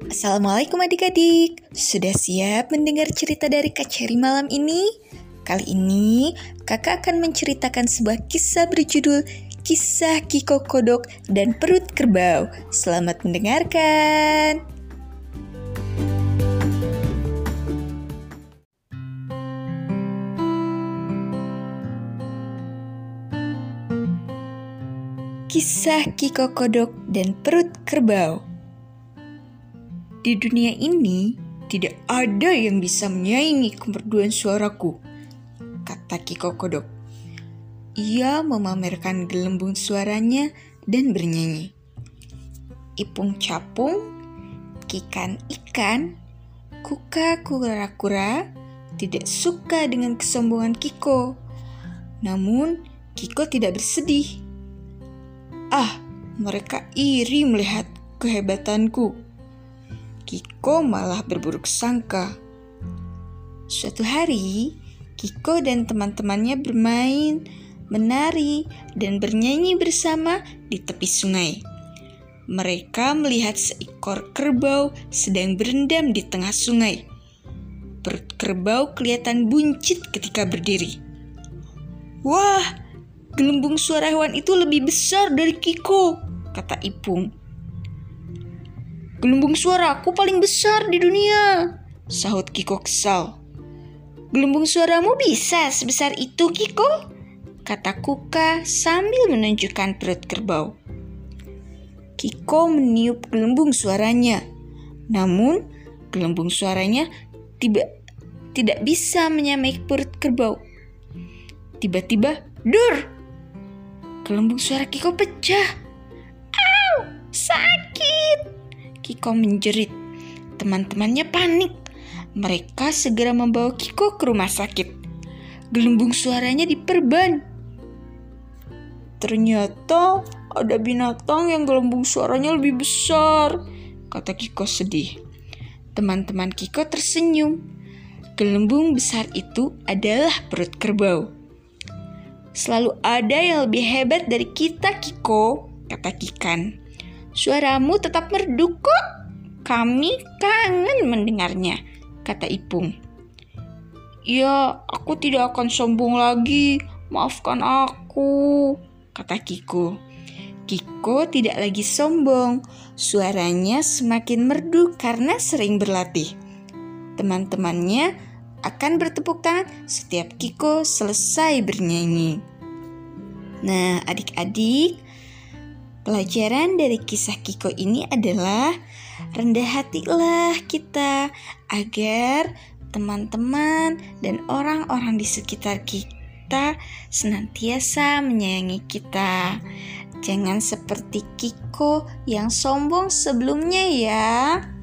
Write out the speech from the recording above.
Assalamualaikum adik-adik, sudah siap mendengar cerita dari Kak Cherry malam ini? Kali ini kakak akan menceritakan sebuah kisah berjudul Kisah Kiko Kodok dan Perut Kerbau. Selamat mendengarkan. Kisah Kiko Kodok dan Perut Kerbau. Di dunia ini, tidak ada yang bisa menyaingi kemerduan suaraku, kata Kiko Kodok. Ia memamerkan gelembung suaranya dan bernyanyi. Ipung capung, kikan ikan, kuka kura-kura tidak suka dengan kesombongan Kiko. Namun, Kiko tidak bersedih. Mereka iri melihat kehebatanku. Kiko malah berburuk sangka. Suatu hari, Kiko dan teman-temannya bermain, menari, dan bernyanyi bersama di tepi sungai. Mereka melihat seekor kerbau sedang berendam di tengah sungai. Perut kerbau kelihatan buncit ketika berdiri. Wah, gelembung suara hewan itu lebih besar dari Kiko, kata Ipung. Gelembung suaraku paling besar di dunia, sahut Kiko kesal. Gelembung suaramu bisa sebesar itu, Kiko, kata Kuka sambil menunjukkan perut kerbau. Kiko meniup gelembung suaranya, namun gelembung suaranya tidak bisa menyamai perut kerbau. Tiba-tiba, dur! Gelembung suara Kiko pecah. Au, sakit! Kiko menjerit. Teman-temannya panik. Mereka segera membawa Kiko ke rumah sakit. Gelembung suaranya diperban. Ternyata ada binatang yang gelembung suaranya lebih besar, kata Kiko sedih. Teman-teman Kiko tersenyum. Gelembung besar itu adalah perut kerbau. Selalu ada yang lebih hebat dari kita, Kiko, kata Kikan. Suaramu tetap merdu kok. Kami kangen mendengarnya, kata Ipung. Ya, aku tidak akan sombong lagi. Maafkan aku, kata Kiko. Kiko tidak lagi sombong. Suaranya semakin merdu karena sering berlatih. Teman-temannya akan bertepuk tangan setiap Kiko selesai bernyanyi. Nah, adik-adik, pelajaran dari kisah Kiko ini adalah rendah hatilah kita agar teman-teman dan orang-orang di sekitar kita senantiasa menyayangi kita. Jangan seperti Kiko yang sombong sebelumnya ya.